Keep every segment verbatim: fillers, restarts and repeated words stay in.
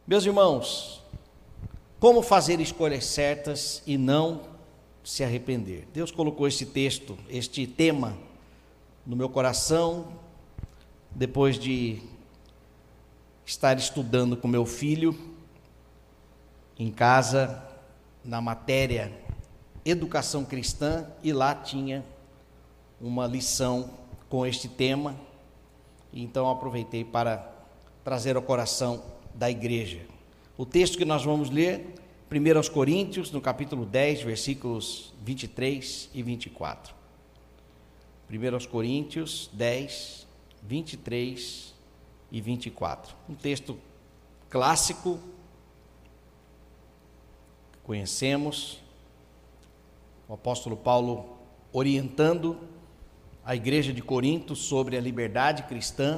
Meus irmãos, como fazer escolhas certas e não se arrepender? Deus colocou este texto, este tema no meu coração, depois de estar estudando com meu filho em casa, na matéria Educação Cristã, e lá tinha uma lição com este tema, então aproveitei para trazer ao coração da igreja. O texto que nós vamos ler, primeiro aos Coríntios, no capítulo dez, versículos vinte e três e vinte e quatro. primeiro aos Coríntios dez, vinte e três e vinte e quatro. Um texto clássico, que conhecemos, o apóstolo Paulo orientando a igreja de Corinto sobre a liberdade cristã.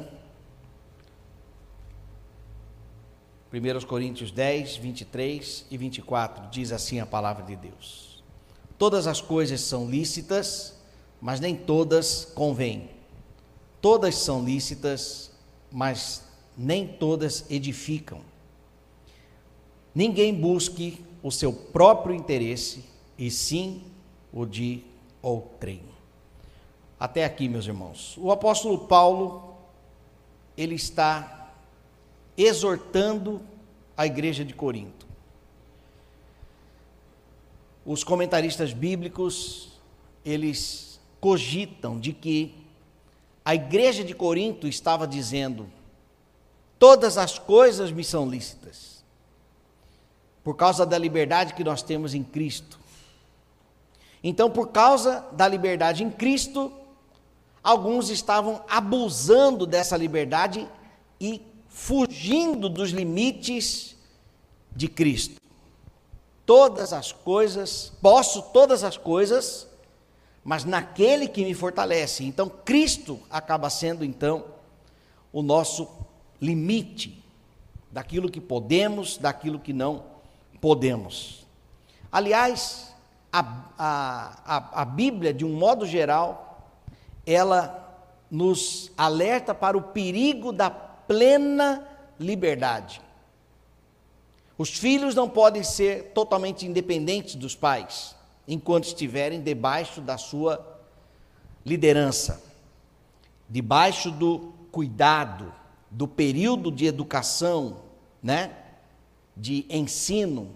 primeiro aos Coríntios dez, vinte e três e vinte e quatro, diz assim a palavra de Deus: todas as coisas são lícitas, mas nem todas convêm. Todas são lícitas, mas nem todas edificam. Ninguém busque o seu próprio interesse, e sim o de outrem. Até aqui, meus irmãos. O apóstolo Paulo, ele está exortando a igreja de Corinto. Os comentaristas bíblicos, eles cogitam de que a igreja de Corinto estava dizendo: todas as coisas me são lícitas, por causa da liberdade que nós temos em Cristo. Então, por causa da liberdade em Cristo, alguns estavam abusando dessa liberdade e fugindo dos limites de Cristo. Todas as coisas, posso todas as coisas, mas naquele que me fortalece. Então, Cristo acaba sendo, então, o nosso limite daquilo que podemos, daquilo que não podemos. Aliás, a, a, a, a Bíblia, de um modo geral, ela nos alerta para o perigo da plena liberdade. Os filhos não podem ser totalmente independentes dos pais, enquanto estiverem debaixo da sua liderança, debaixo do cuidado, do período de educação, né, de ensino.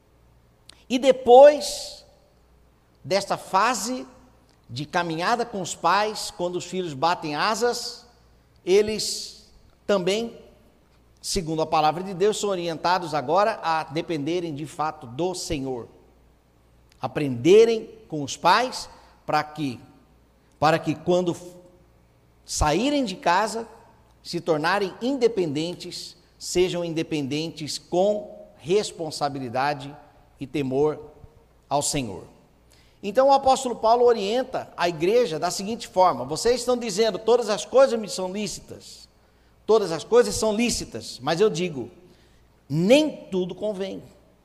E depois desta fase de caminhada com os pais, quando os filhos batem asas, eles também, segundo a palavra de Deus, são orientados agora a dependerem de fato do Senhor, aprenderem com os pais para que, para que quando saírem de casa, se tornarem independentes, sejam independentes com responsabilidade e temor ao Senhor. Então o apóstolo Paulo orienta a igreja da seguinte forma: vocês estão dizendo, todas as coisas me são lícitas, todas as coisas são lícitas, mas eu digo, nem tudo convém.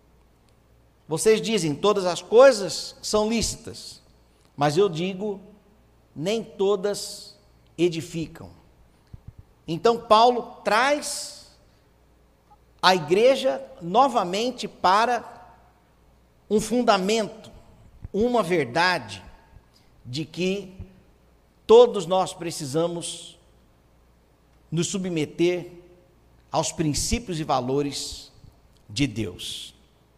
Vocês dizem, todas as coisas são lícitas, mas eu digo, nem todas edificam. Então Paulo traz a igreja novamente para um fundamento, uma verdade, de que todos nós precisamos nos submeter aos princípios e valores de Deus.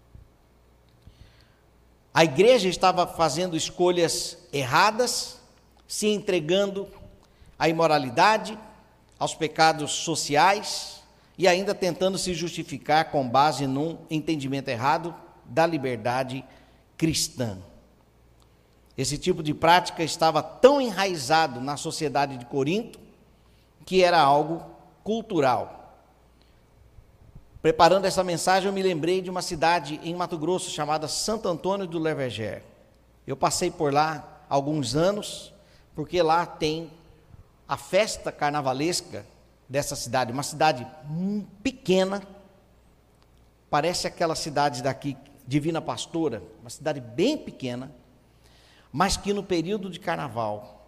A igreja estava fazendo escolhas erradas, se entregando à imoralidade, aos pecados sociais e ainda tentando se justificar com base num entendimento errado da liberdade cristã. Esse tipo de prática estava tão enraizado na sociedade de Corinto que era algo cultural. Preparando essa mensagem, eu me lembrei de uma cidade em Mato Grosso chamada Santo Antônio do Lerverger. Eu passei por lá há alguns anos, porque lá tem a festa carnavalesca dessa cidade, uma cidade pequena, parece aquela cidade daqui, Divina Pastora, uma cidade bem pequena, mas que no período de carnaval,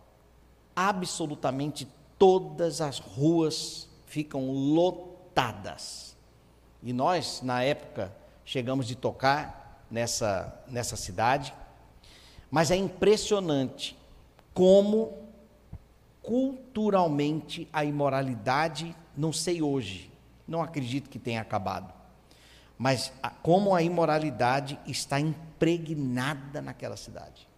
absolutamente todas as ruas ficam lotadas. e nós, na época, chegamos de tocar nessa, nessa cidade, mas é impressionante como culturalmente a imoralidade, não sei hoje, não acredito que tenha acabado, mas a, como a imoralidade está impregnada naquela cidade.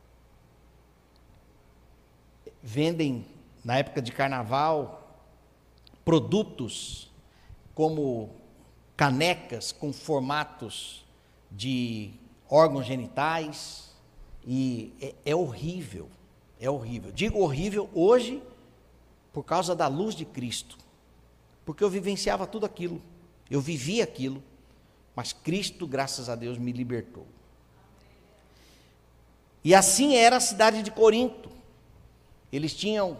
Vendem, na época de carnaval, produtos como canecas com formatos de órgãos genitais, e é, é horrível, é horrível. Digo horrível hoje por causa da luz de Cristo, porque eu vivenciava tudo aquilo, eu vivia aquilo, mas Cristo, graças a Deus, me libertou. E assim era a cidade de Corinto. Eles tinham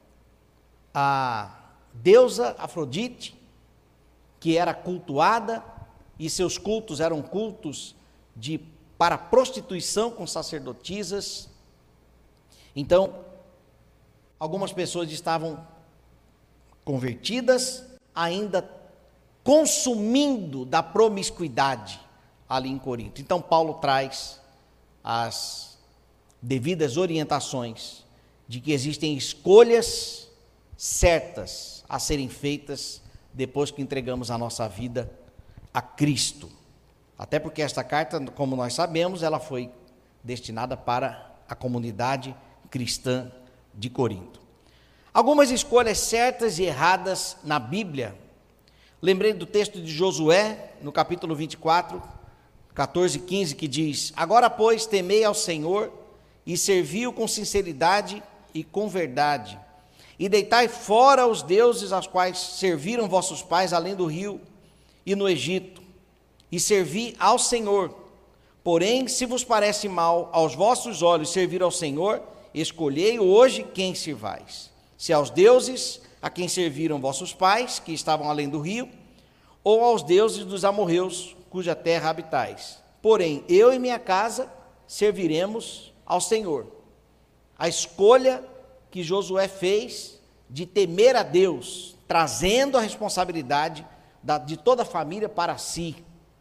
a deusa Afrodite, que era cultuada, e seus cultos eram cultos de, para prostituição com sacerdotisas. Então, algumas pessoas estavam convertidas, ainda consumindo da promiscuidade ali em Corinto. Então, Paulo traz as devidas orientações de que existem escolhas certas a serem feitas depois que entregamos a nossa vida a Cristo. Até porque esta carta, como nós sabemos, ela foi destinada para a comunidade cristã de Corinto. Algumas escolhas certas e erradas na Bíblia. Lembrei do texto de Josué, no capítulo vinte e quatro, catorze e quinze, que diz: agora, pois, temei ao Senhor e servi-o com sinceridade e com verdade, e deitai fora os deuses aos quais serviram vossos pais além do rio e no Egito, e servi ao Senhor. Porém, se vos parece mal aos vossos olhos servir ao Senhor, escolhei hoje quem servais, se aos deuses a quem serviram vossos pais, que estavam além do rio, ou aos deuses dos amorreus, cuja terra habitais. Porém, eu e minha casa serviremos ao Senhor. A escolha que Josué fez de temer a Deus, trazendo a responsabilidade da, de toda a família para si.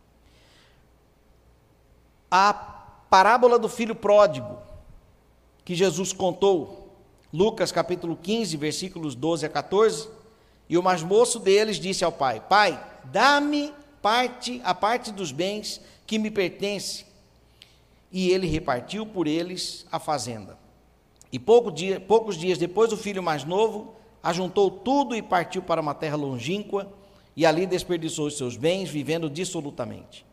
A parábola do filho pródigo, que Jesus contou, Lucas capítulo quinze, versículos doze a catorze, e o mais moço deles disse ao pai: pai, dá-me parte, a parte dos bens que me pertence. E ele repartiu por eles a fazenda. E pouco dia, poucos dias depois, o filho mais novo ajuntou tudo e partiu para uma terra longínqua, e ali desperdiçou os seus bens, vivendo dissolutamente.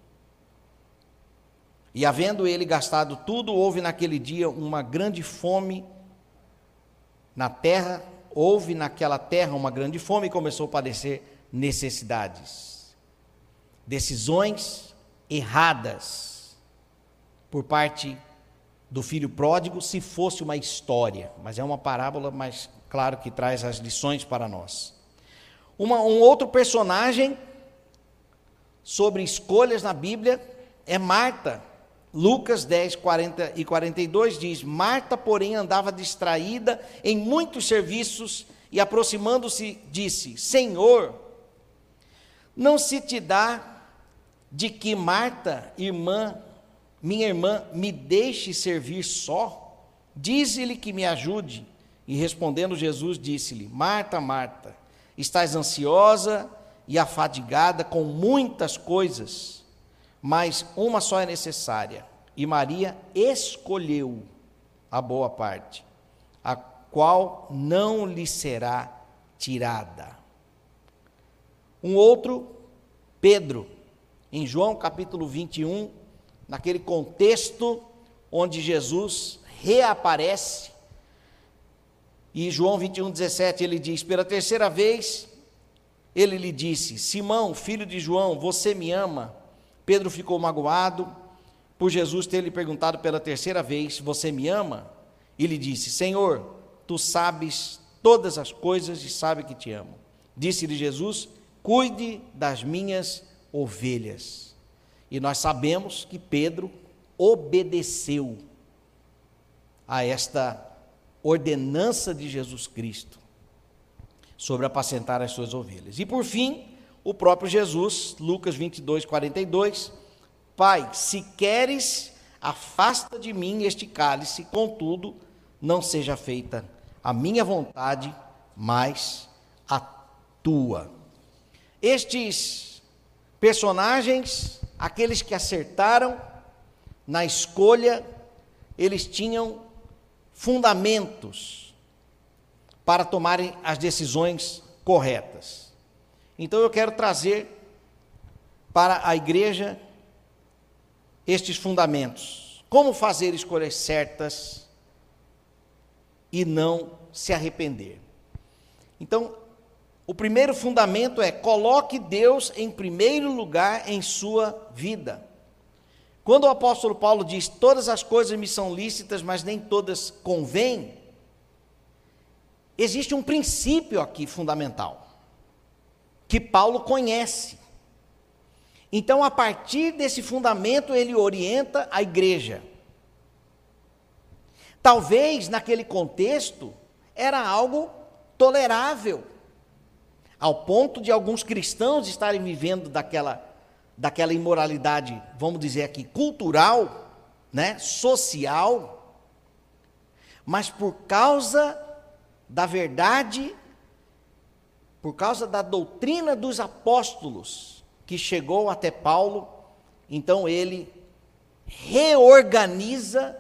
E havendo ele gastado tudo, houve naquele dia uma grande fome na terra, houve naquela terra uma grande fome e começou a padecer necessidades. Decisões erradas por parte do filho pródigo, se fosse uma história, mas é uma parábola, mas claro que traz as lições para nós. Uma, um outro personagem sobre escolhas na Bíblia é Marta. Lucas dez, quarenta e quarenta e dois diz: Marta, porém, andava distraída em muitos serviços e, aproximando-se, disse: Senhor, não se te dá de que Marta, irmã, minha irmã, me deixe servir só? Dize-lhe que me ajude. E respondendo Jesus, disse-lhe: Marta, Marta, estás ansiosa e afadigada com muitas coisas, mas uma só é necessária, e Maria escolheu a boa parte, a qual não lhe será tirada. Um outro, Pedro, em João capítulo vinte e um, naquele contexto onde Jesus reaparece, e João vinte e um, dezessete, ele diz: pela terceira vez, ele lhe disse: Simão, filho de João, você me ama? Pedro ficou magoado por Jesus ter lhe perguntado pela terceira vez: você me ama? E lhe disse: Senhor, tu sabes todas as coisas e sabe que te amo. Disse-lhe Jesus: cuide das minhas ovelhas. E nós sabemos que Pedro obedeceu a esta ordenança de Jesus Cristo sobre apacentar as suas ovelhas. E por fim, o próprio Jesus, Lucas vinte e dois, quarenta e dois, Pai, se queres, afasta de mim este cálice, contudo, não seja feita a minha vontade, mas a tua. Estes personagens, aqueles que acertaram na escolha, eles tinham fundamentos para tomarem as decisões corretas. Então eu quero trazer para a igreja estes fundamentos. Como fazer escolhas certas e não se arrepender. Então, o primeiro fundamento é: coloque Deus em primeiro lugar em sua vida. Quando o apóstolo Paulo diz: todas as coisas me são lícitas, mas nem todas convêm, existe um princípio aqui fundamental, que Paulo conhece. Então, a partir desse fundamento, ele orienta a igreja. Talvez, naquele contexto, era algo tolerável, ao ponto de alguns cristãos estarem vivendo daquela, daquela imoralidade, vamos dizer aqui, cultural, né, social, mas por causa da verdade, por causa da doutrina dos apóstolos, que chegou até Paulo, então ele reorganiza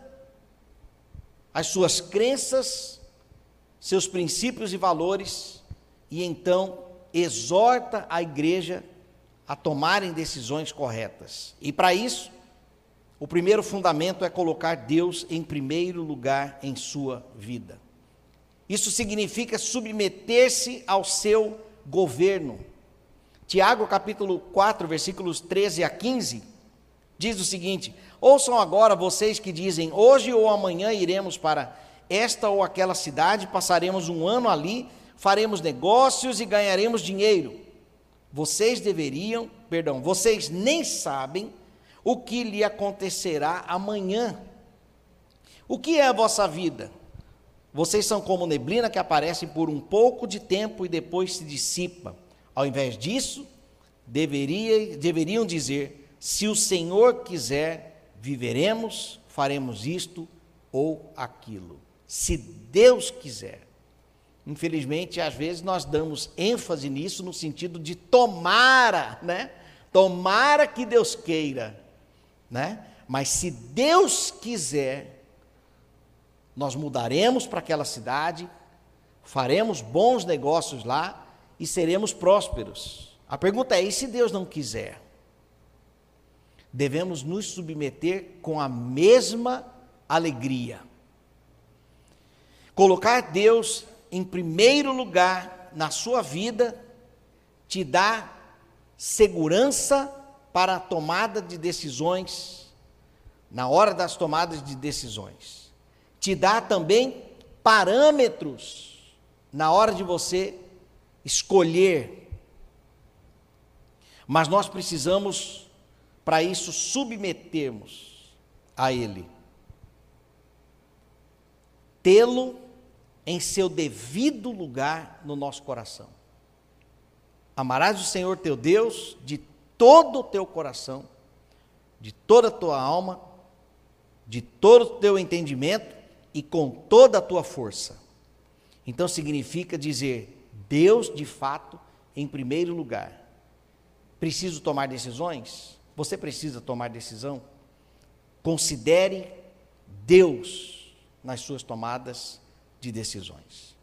as suas crenças, seus princípios e valores, e então exorta a igreja a tomarem decisões corretas. E para isso, o primeiro fundamento é colocar Deus em primeiro lugar em sua vida. Isso significa submeter-se ao seu governo. Tiago, capítulo quatro, versículos treze a quinze, diz o seguinte: ouçam agora vocês que dizem, hoje ou amanhã iremos para esta ou aquela cidade, passaremos um ano ali, faremos negócios e ganharemos dinheiro. Vocês deveriam, perdão, vocês nem sabem o que lhe acontecerá amanhã. O que é a vossa vida? Vocês são como neblina que aparece por um pouco de tempo e depois se dissipa. Ao invés disso, deveria, deveriam dizer, se o Senhor quiser, viveremos, faremos isto ou aquilo. Se Deus quiser. Infelizmente, às vezes nós damos ênfase nisso no sentido de tomara, né? Tomara que Deus queira, né? Mas se Deus quiser, nós mudaremos para aquela cidade, faremos bons negócios lá e seremos prósperos. A pergunta é: e se Deus não quiser? Devemos nos submeter com a mesma alegria. Colocar Deus em primeiro lugar na sua vida te dá segurança para a tomada de decisões, na hora das tomadas de decisões. Te dá também parâmetros na hora de você escolher. Mas nós precisamos, para isso, submetermos a Ele. Tê-lo em seu devido lugar no nosso coração. Amarás o Senhor teu Deus de todo o teu coração, de toda a tua alma, de todo o teu entendimento e com toda a tua força. Então significa dizer Deus de fato em primeiro lugar. Preciso tomar decisões? Você precisa tomar decisão? Considere Deus nas suas tomadas de decisões.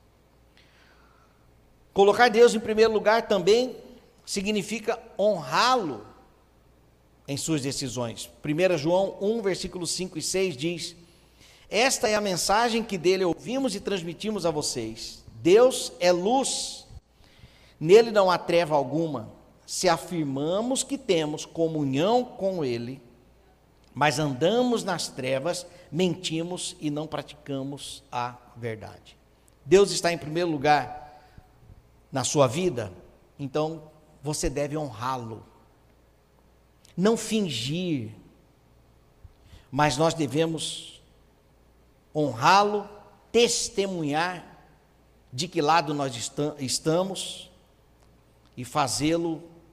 Colocar Deus em primeiro lugar também significa honrá-lo em suas decisões. primeiro João um, versículos cinco e seis diz: esta é a mensagem que dele ouvimos e transmitimos a vocês. Deus é luz, nele não há treva alguma. Se afirmamos que temos comunhão com ele, mas andamos nas trevas, mentimos e não praticamos a verdade. Deus está em primeiro lugar na sua vida, então você deve honrá-lo. Não fingir, mas nós devemos honrá-lo, testemunhar de que lado nós estamos e fazê-lo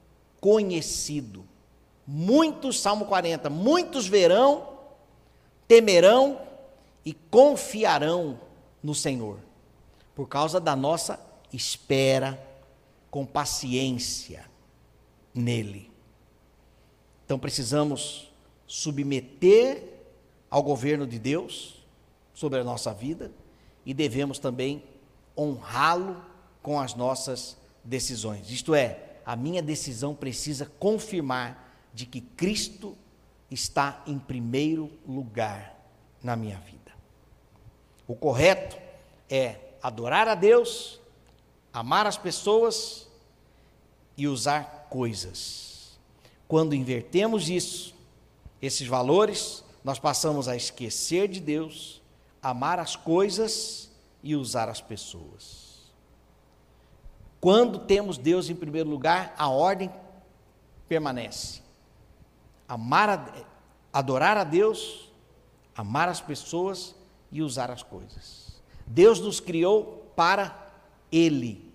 conhecido. Muitos, Salmo quarenta, muitos verão, temerão e confiarão no Senhor, por causa da nossa espera com paciência nele. Então precisamos submeter ao governo de Deus sobre a nossa vida e devemos também honrá-lo com as nossas decisões. Isto é, a minha decisão precisa confirmar de que Cristo está em primeiro lugar na minha vida. O correto é adorar a Deus, amar as pessoas e usar coisas. Quando invertemos isso, esses valores, nós passamos a esquecer de Deus, amar as coisas e usar as pessoas. Quando temos Deus em primeiro lugar, a ordem permanece. Amar a, adorar a Deus, amar as pessoas e usar as coisas. Deus nos criou para Ele.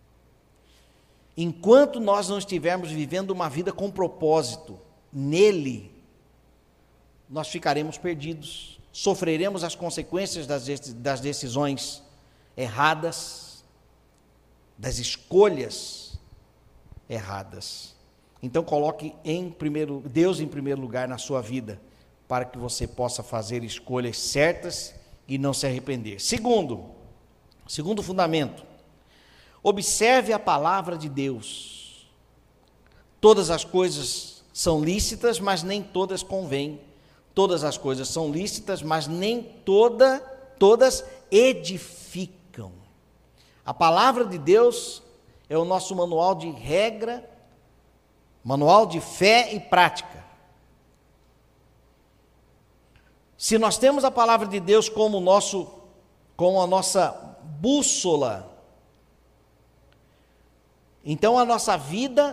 Enquanto nós não estivermos vivendo uma vida com propósito nele, nós ficaremos perdidos, sofreremos as consequências das, das decisões erradas, das escolhas erradas. Então coloque em primeiro, Deus em primeiro lugar na sua vida, para que você possa fazer escolhas certas e não se arrepender. Segundo, segundo fundamento, observe a palavra de Deus. Todas as coisas são lícitas, mas nem todas convêm. Todas as coisas são lícitas, mas nem toda, todas edificam. A palavra de Deus é o nosso manual de regra, manual de fé e prática. Se nós temos a palavra de Deus como nosso, como a nossa bússola, então a nossa vida,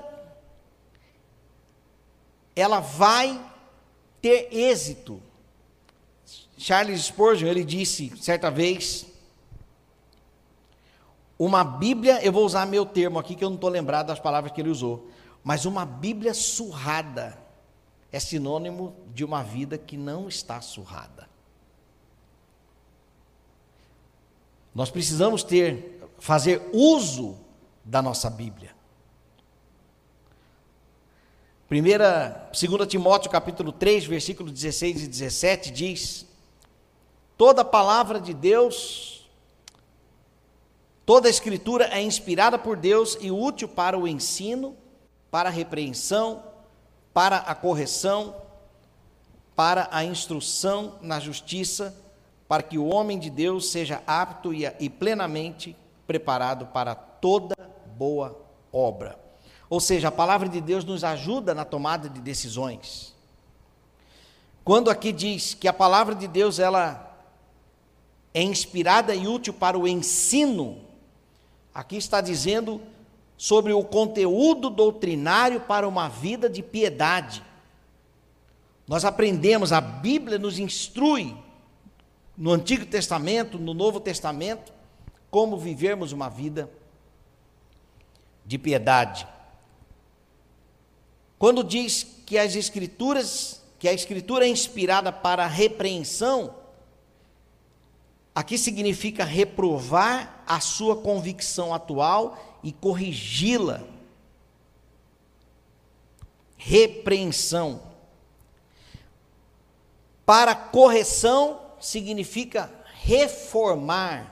ela vai ter êxito. Charles Spurgeon, ele disse certa vez, uma Bíblia, eu vou usar meu termo aqui que eu não estou lembrado das palavras que ele usou, mas uma Bíblia surrada é sinônimo de uma vida que não está surrada. Nós precisamos ter, fazer uso da nossa Bíblia. Primeira, segunda Timóteo capítulo três, versículos dezesseis e dezessete diz: toda palavra de Deus, toda a escritura é inspirada por Deus e útil para o ensino, para a repreensão, para a correção, para a instrução na justiça, para que o homem de Deus seja apto e, e plenamente preparado para toda boa obra. Ou seja, a palavra de Deus nos ajuda na tomada de decisões. Quando aqui diz que a palavra de Deus ela é inspirada e útil para o ensino, aqui está dizendo sobre o conteúdo doutrinário para uma vida de piedade. Nós aprendemos, a Bíblia nos instrui, no Antigo Testamento, no Novo Testamento, como vivermos uma vida de piedade. Quando diz que as escrituras, que a escritura é inspirada para a repreensão, aqui significa reprovar a sua convicção atual e corrigi-la. Repreensão. Para correção significa reformar.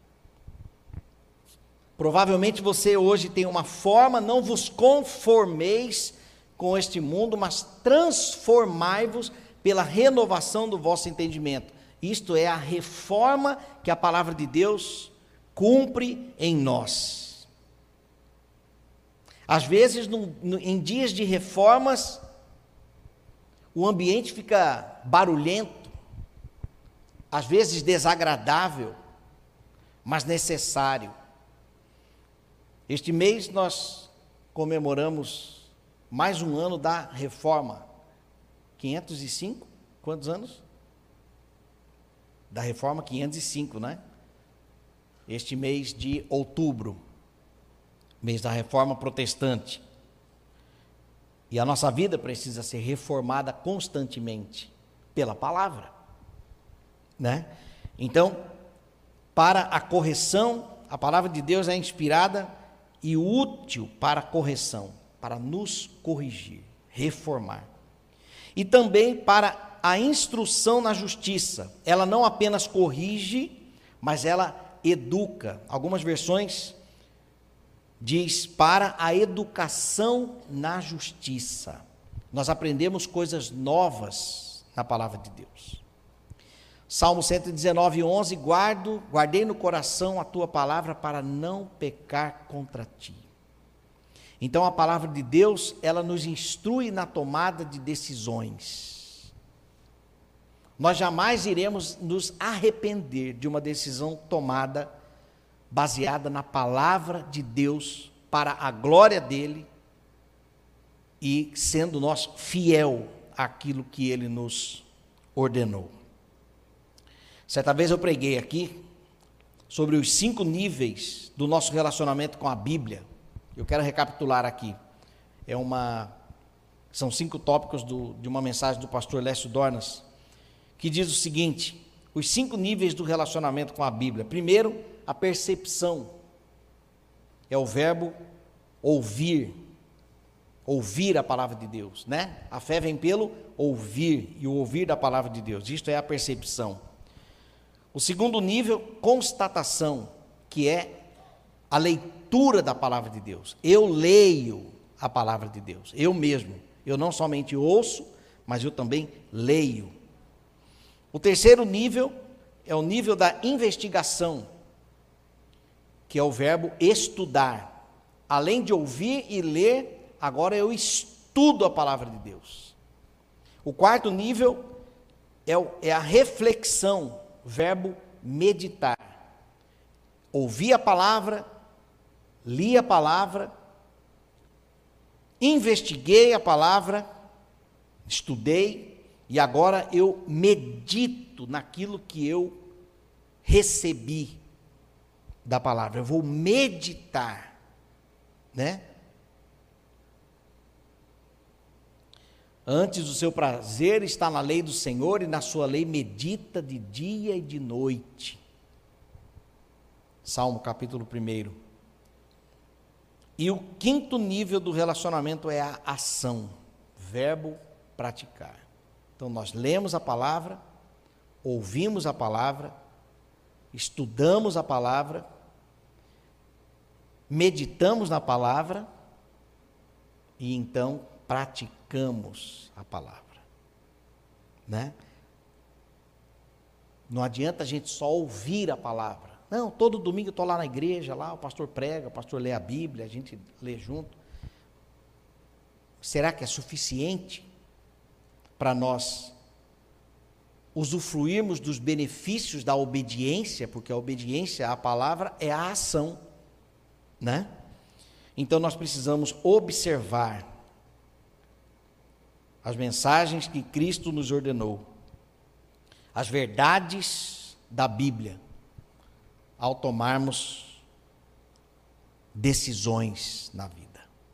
Provavelmente você hoje tem uma forma, não vos conformeis com este mundo, mas transformai-vos pela renovação do vosso entendimento. Isto é a reforma que a palavra de Deus cumpre em nós. Às vezes, no, no, em dias de reformas, o ambiente fica barulhento, às vezes desagradável, mas necessário. Este mês nós comemoramos mais um ano da reforma. quinhentos e cinco? Quantos anos? Da reforma quinhentos e cinco, né? Este mês de outubro, mês da reforma protestante. E a nossa vida precisa ser reformada constantemente pela palavra, né? Então, para a correção, a palavra de Deus é inspirada e útil para a correção, para nos corrigir, reformar. E também para a instrução na justiça. Ela não apenas corrige, mas ela educa. Algumas versões diz para a educação na justiça. Nós aprendemos coisas novas na palavra de Deus. Salmo cento e dezenove, onze, Guardo, guardei no coração a tua palavra para não pecar contra ti. Então a palavra de Deus, ela nos instrui na tomada de decisões. Nós jamais iremos nos arrepender de uma decisão tomada baseada na palavra de Deus para a glória dele e sendo nós fiel àquilo que ele nos ordenou. Certa vez eu preguei aqui sobre os cinco níveis do nosso relacionamento com a Bíblia. Eu quero recapitular aqui. É uma, são cinco tópicos do, de uma mensagem do pastor Lécio Dornas, que diz o seguinte: os cinco níveis do relacionamento com a Bíblia. Primeiro, a percepção. É o verbo ouvir. Ouvir a palavra de Deus, né? A fé vem pelo ouvir, e o ouvir da palavra de Deus. Isto é a percepção. O segundo nível, constatação, que é a leitura da palavra de Deus. Eu leio a palavra de Deus, eu mesmo. Eu não somente ouço, mas eu também leio. O terceiro nível é o nível da investigação, que é o verbo estudar. Além de ouvir e ler, agora eu estudo a palavra de Deus. O quarto nível é, o, é a reflexão, verbo meditar. Ouvi a palavra, li a palavra, investiguei a palavra, estudei, e agora eu medito naquilo que eu recebi da palavra. Eu vou meditar, né? Antes o seu prazer está na lei do Senhor, e na sua lei medita de dia e de noite. Salmo capítulo primeiro. E o quinto nível do relacionamento é a ação, verbo praticar. Então nós lemos a palavra, ouvimos a palavra, estudamos a palavra, meditamos na palavra e então praticamos a palavra, né? Não adianta a gente só ouvir a palavra. Não, todo domingo eu estou lá na igreja, lá o pastor prega, o pastor lê a Bíblia, a gente lê junto. Será que é suficiente para nós usufruirmos dos benefícios da obediência? Porque a obediência à palavra é a ação, né? Então nós precisamos observar as mensagens que Cristo nos ordenou, as verdades da Bíblia, ao tomarmos decisões na vida.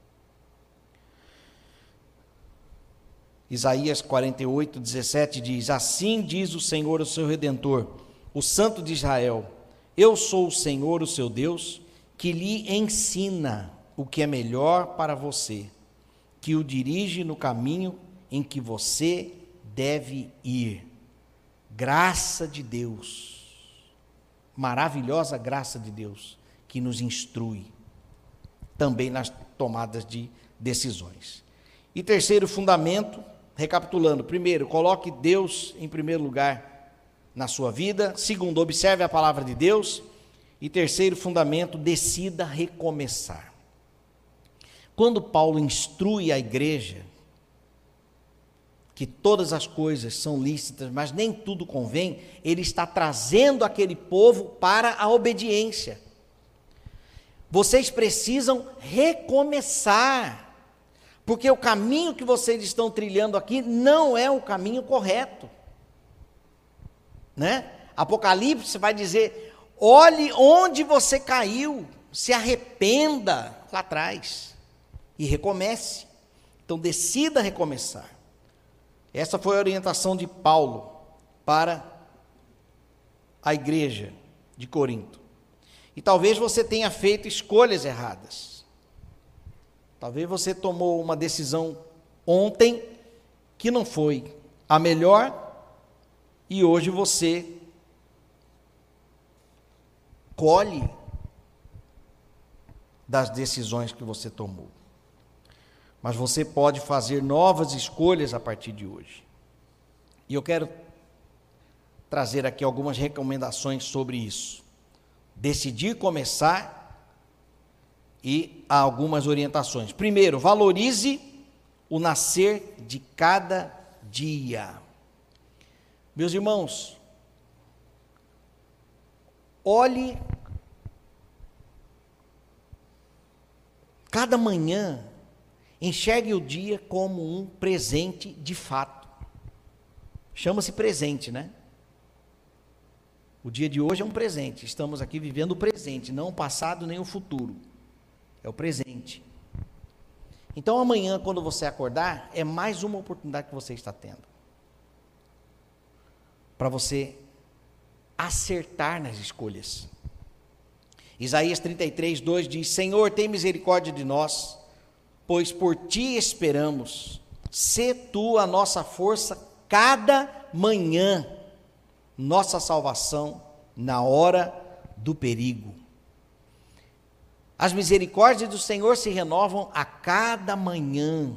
Isaías quarenta e oito, dezessete diz: assim diz o Senhor, o seu Redentor, o Santo de Israel: eu sou o Senhor, o seu Deus, que lhe ensina o que é melhor para você, que o dirige no caminho em que você deve ir. Graça de Deus, maravilhosa graça de Deus, que nos instrui também nas tomadas de decisões. E terceiro fundamento, recapitulando: primeiro, coloque Deus em primeiro lugar na sua vida. Segundo, observe a palavra de Deus. E terceiro fundamento, decida recomeçar. Quando Paulo instrui a igreja que todas as coisas são lícitas, mas nem tudo convém, ele está trazendo aquele povo para a obediência. Vocês precisam recomeçar, porque o caminho que vocês estão trilhando aqui não é o caminho correto, né? Apocalipse vai dizer: olhe onde você caiu, se arrependa lá atrás e recomece. Então decida recomeçar. Essa foi a orientação de Paulo para a igreja de Corinto. E talvez você tenha feito escolhas erradas. Talvez você tomou uma decisão ontem que não foi a melhor e hoje você colhe das decisões que você tomou. Mas você pode fazer novas escolhas a partir de hoje. E eu quero trazer aqui algumas recomendações sobre isso. Decidir começar e há algumas orientações. Primeiro, valorize o nascer de cada dia. Meus irmãos, olhe cada manhã, enxergue o dia como um presente de fato. Chama-se presente, né? O dia de hoje é um presente. Estamos aqui vivendo o presente, não o passado nem o futuro. É o presente. Então amanhã, quando você acordar, é mais uma oportunidade que você está tendo para você acertar nas escolhas. Isaías trinta e três, dois diz: Senhor, tem misericórdia de nós, pois por ti esperamos. Sê tu a nossa força cada manhã, nossa salvação na hora do perigo. As misericórdias do Senhor se renovam a cada manhã.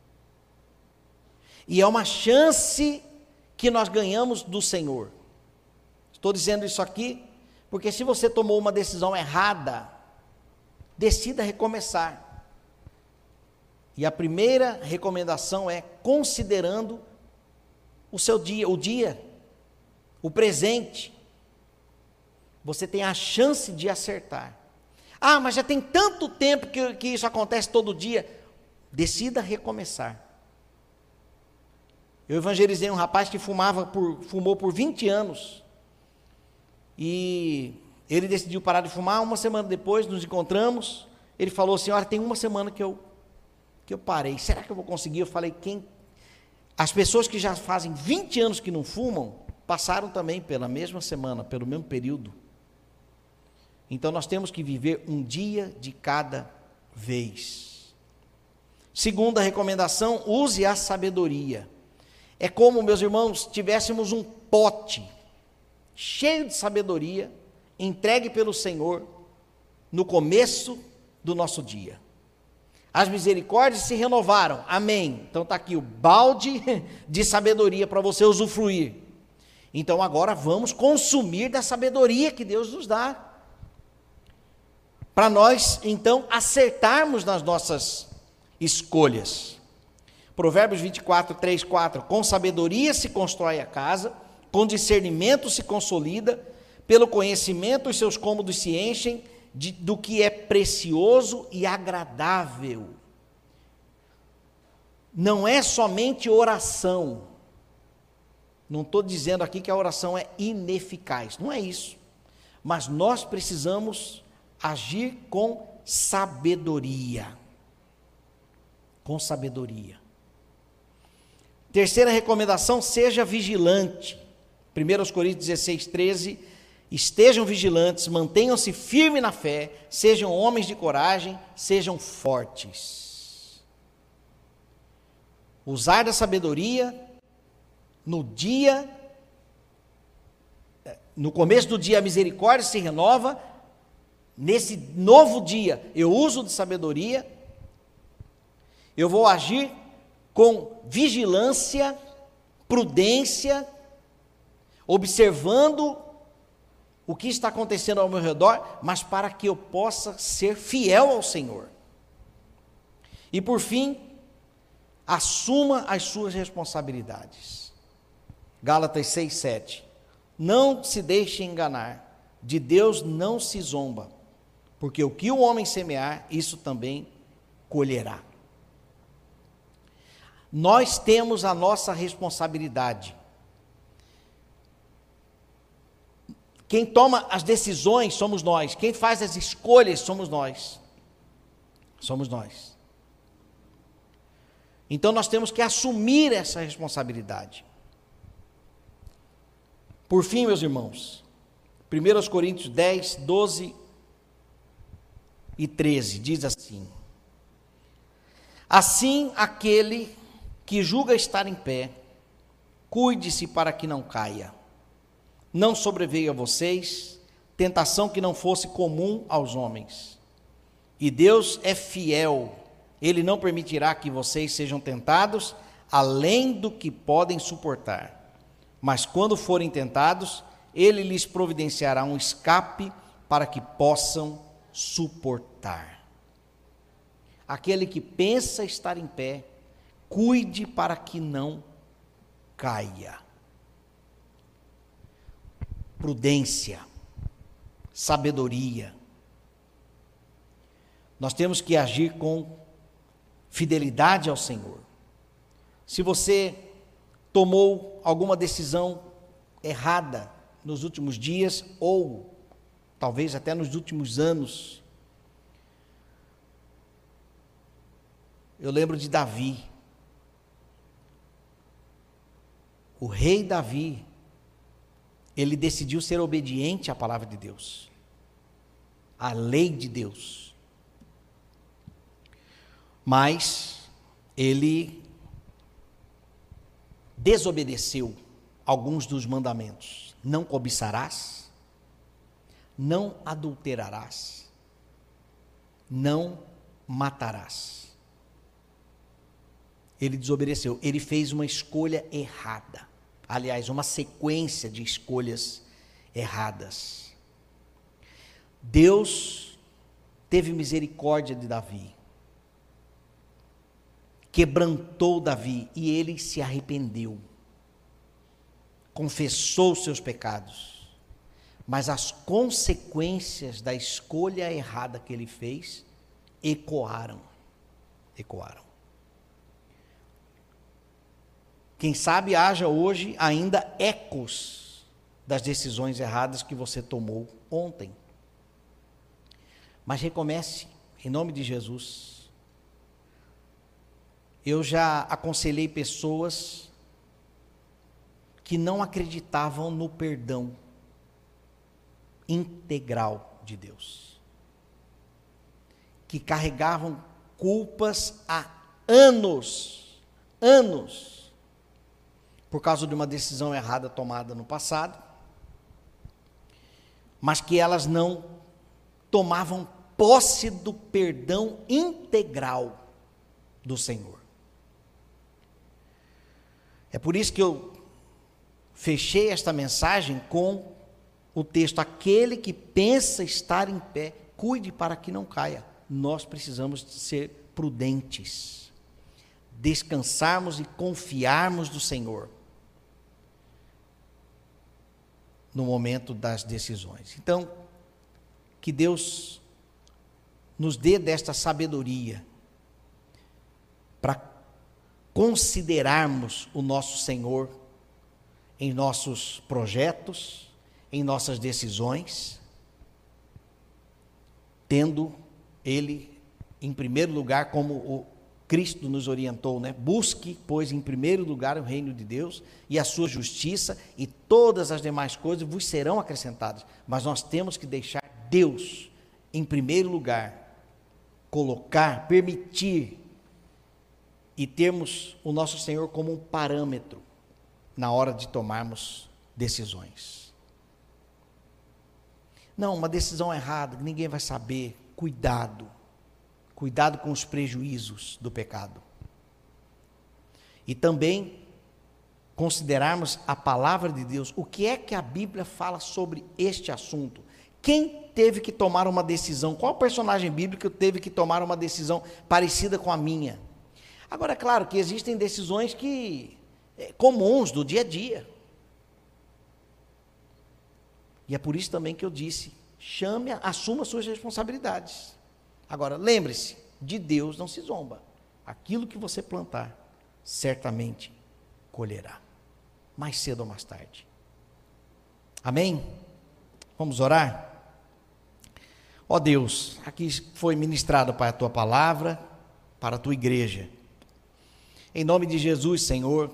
E é uma chance que nós ganhamos do Senhor. Estou dizendo isso aqui porque se você tomou uma decisão errada, decida recomeçar. E a primeira recomendação é considerando o seu dia, o dia, o presente. Você tem a chance de acertar. Ah, mas já tem tanto tempo que, que isso acontece todo dia. Decida recomeçar. Eu evangelizei um rapaz que fumava por, fumou por vinte anos. E ele decidiu parar de fumar. Uma semana depois nos encontramos. Ele falou assim: olha, tem uma semana que eu, que eu parei. Será que eu vou conseguir? Eu falei: quem? As pessoas que já fazem vinte anos que não fumam, passaram também pela mesma semana, pelo mesmo período. Então nós temos que viver um dia de cada vez. Segunda recomendação: use a sabedoria. É como, meus irmãos, tivéssemos um pote cheio de sabedoria, entregue pelo Senhor no começo do nosso dia. As misericórdias se renovaram, amém. Então está aqui o balde de sabedoria para você usufruir. Então agora vamos consumir da sabedoria que Deus nos dá, para nós então acertarmos nas nossas escolhas. Provérbios vinte e quatro, três, quatro, com sabedoria se constrói a casa, com discernimento se consolida, pelo conhecimento os seus cômodos se enchem de, do que é precioso e agradável. Não é somente oração. Não estou dizendo aqui que a oração é ineficaz, não é isso. Mas nós precisamos agir com sabedoria. Com sabedoria. Terceira recomendação: seja vigilante. primeira Coríntios dezesseis, treze, estejam vigilantes, mantenham-se firmes na fé, sejam homens de coragem, sejam fortes. Usar da sabedoria no dia, no começo do dia a misericórdia se renova, nesse novo dia eu uso de sabedoria, eu vou agir com vigilância, prudência, observando o que está acontecendo ao meu redor, mas para que eu possa ser fiel ao Senhor. E por fim, assuma as suas responsabilidades. Gálatas seis, sete. Não se deixe enganar, de Deus não se zomba, porque o que o homem semear, isso também colherá. Nós temos a nossa responsabilidade. Quem toma as decisões somos nós. Quem faz as escolhas somos nós. Somos nós. Então nós temos que assumir essa responsabilidade. Por fim, meus irmãos, primeira Coríntios dez, doze e treze, diz assim: assim aquele que julga estar em pé, cuide-se para que não caia. Não sobreveio a vocês tentação que não fosse comum aos homens. E Deus é fiel, Ele não permitirá que vocês sejam tentados além do que podem suportar. Mas quando forem tentados, Ele lhes providenciará um escape para que possam suportar. Aquele que pensa estar em pé, cuide para que não caia. Prudência, sabedoria. Nós temos que agir com fidelidade ao Senhor. Se você tomou alguma decisão errada nos últimos dias, ou talvez até nos últimos anos, eu lembro de Davi. O rei Davi, ele decidiu ser obediente à palavra de Deus, à lei de Deus. Mas ele desobedeceu alguns dos mandamentos. Não cobiçarás, não adulterarás, não matarás. Ele desobedeceu, ele fez uma escolha errada. Aliás, uma sequência de escolhas erradas. Deus teve misericórdia de Davi, quebrantou Davi e ele se arrependeu, confessou os seus pecados, mas as consequências da escolha errada que ele fez ecoaram, ecoaram. Quem sabe haja hoje ainda ecos das decisões erradas que você tomou ontem. Mas recomece, em nome de Jesus. Eu já aconselhei pessoas que não acreditavam no perdão integral de Deus, que carregavam culpas há anos, anos, por causa de uma decisão errada tomada no passado, mas que elas não tomavam posse do perdão integral do Senhor. É por isso que eu fechei esta mensagem com o texto: aquele que pensa estar em pé, cuide para que não caia. Nós precisamos ser prudentes, descansarmos e confiarmos no Senhor no momento das decisões. Então, que Deus nos dê desta sabedoria para considerarmos o nosso Senhor em nossos projetos, em nossas decisões, tendo Ele em primeiro lugar, como o Cristo nos orientou, né? Busque, pois, em primeiro lugar o reino de Deus e a sua justiça, e todas as demais coisas vos serão acrescentadas. Mas nós temos que deixar Deus em primeiro lugar, colocar, permitir, e termos o nosso Senhor como um parâmetro na hora de tomarmos decisões. Não, uma decisão errada, ninguém vai saber. Cuidado. Cuidado com os prejuízos do pecado. E também considerarmos a palavra de Deus. O que é que a Bíblia fala sobre este assunto? Quem teve que tomar uma decisão? Qual personagem bíblico teve que tomar uma decisão parecida com a minha? Agora, é claro que existem decisões que é, comuns do dia a dia. E é por isso também que eu disse: chame, assuma suas responsabilidades. Agora, lembre-se, de Deus não se zomba. Aquilo que você plantar, certamente colherá, mais cedo ou mais tarde. Amém? Vamos orar? Ó Deus, aqui foi ministrado para a Tua palavra, para a Tua igreja. Em nome de Jesus, Senhor,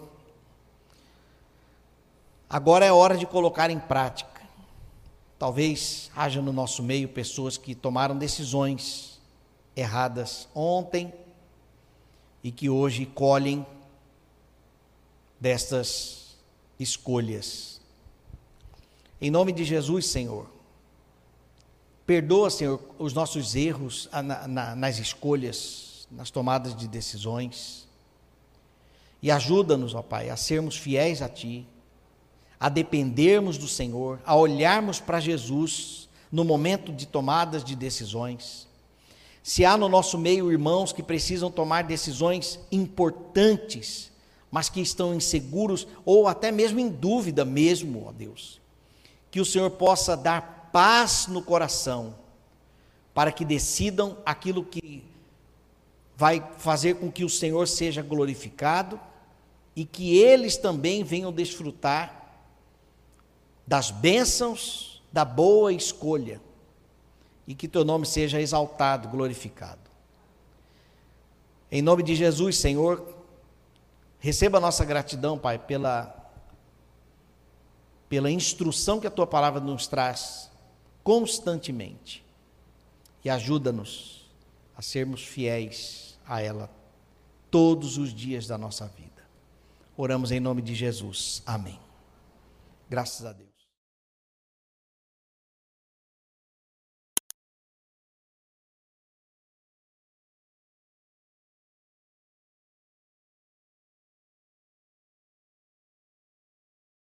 agora é hora de colocar em prática. Talvez haja no nosso meio pessoas que tomaram decisões erradas ontem e que hoje colhem destas escolhas. Em nome de Jesus, Senhor, perdoa, Senhor, os nossos erros na, na, nas escolhas, nas tomadas de decisões, e ajuda-nos, ó Pai, a sermos fiéis a Ti, a dependermos do Senhor, a olharmos para Jesus no momento de tomadas de decisões. Se há no nosso meio irmãos que precisam tomar decisões importantes, mas que estão inseguros ou até mesmo em dúvida mesmo, ó Deus, que o Senhor possa dar paz no coração, para que decidam aquilo que vai fazer com que o Senhor seja glorificado e que eles também venham desfrutar das bênçãos da boa escolha, e que teu nome seja exaltado, glorificado. Em nome de Jesus, Senhor, receba a nossa gratidão, Pai, pela, pela instrução que a tua palavra nos traz constantemente, e ajuda-nos a sermos fiéis a ela todos os dias da nossa vida. Oramos em nome de Jesus. Amém. Graças a Deus.